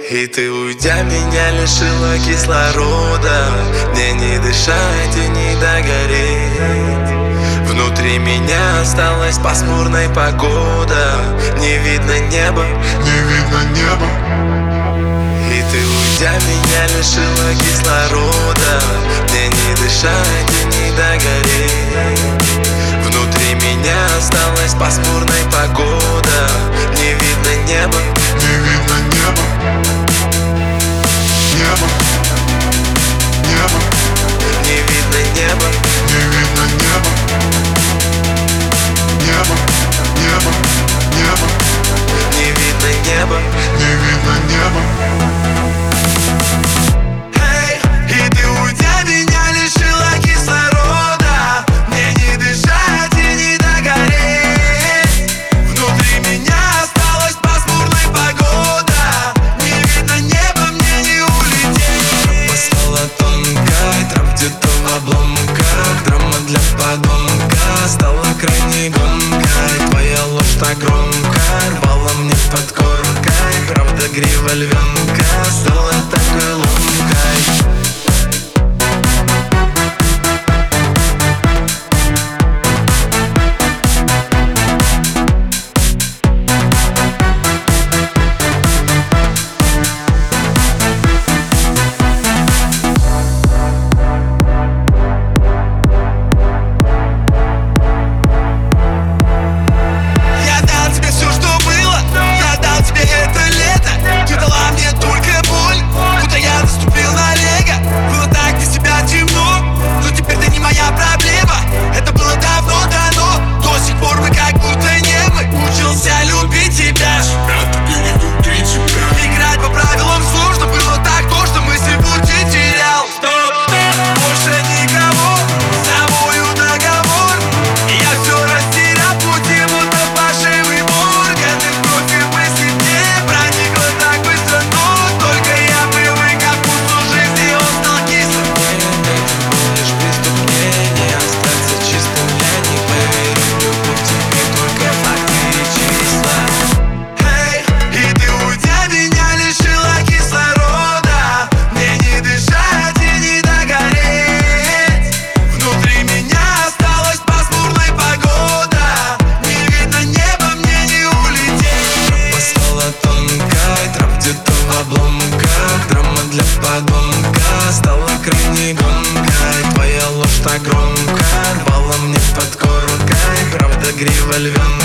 И ты, уйдя, меня лишила кислорода. Мне не дышать и не догореть. Внутри меня осталась пасмурная погода. Не видно неба, не видно неба. И ты, уйдя, меня лишила кислорода. Мне не дышать и не догореть. Внутри меня осталась пасмурная погода. Не видно неба, не видно неба. Небо, небо, не видно неба, не видно неба. Небо, небо, небо, не видно неба, не видно неба. Стала крайне громкой, твоя ложь так громко рвала мне под коркой. Правда, грива львенка стала такой ломкой. Драма для подонка стала крайне громкой. Твоя ложь так громко рвала мне под коркой. Правда, грива львенка